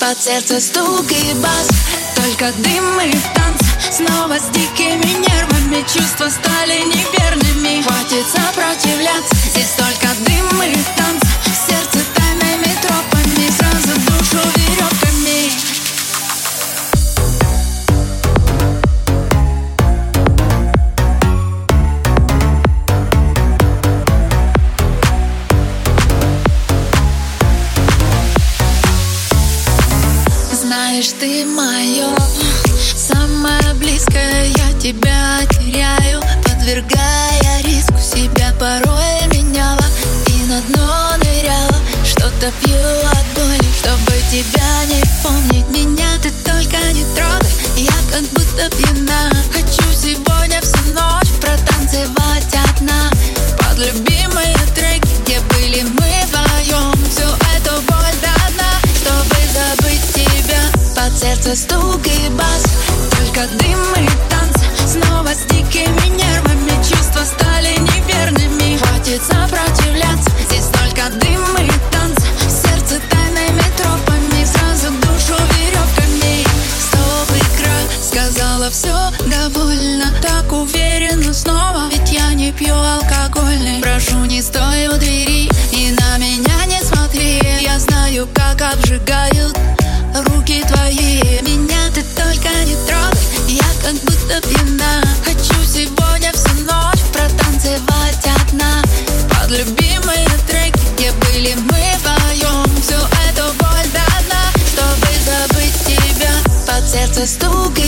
Под сердце стук и бас, только дым и танц. Снова с дикими нервами чувства стали неверными. Хватит сопротивляться, здесь только дым и танц. Сердце тайными тропами, сразу душу веревками. Знаешь, ты мое самое близкое, я тебя теряю, подвергая риску себя. Порой меняла и на дно ныряла, что-то пью от боли, чтобы тебя не помнить. Меня ты только не трогай, я как будто пьяна. Хочу сегодня всю ночь протанцевать одна под любимые треки, где были мы вдвоем. Всю эту боль до дна, чтобы забыть тебя. Под сердце стук и бас, только дым и танц. Снова с дикими нервами чувства стали неверными. Хватит сопротивляться, здесь только дым и танц. Сердце тайными тропами, сразу душу веревками. Стоп, игра, сказала все довольно. Так уверенно снова, ведь я не пью алкогольный. Прошу, не стой у двери и на меня не смотри. Я знаю, как обжигают руки твои. Меня ты только не трогай, я как будто пьяна. Хочу сегодня всю ночь протанцевать одна под любимые треки, где были мы вдвоем. Всю эту боль до дна, чтобы забыть тебя. Под сердце стук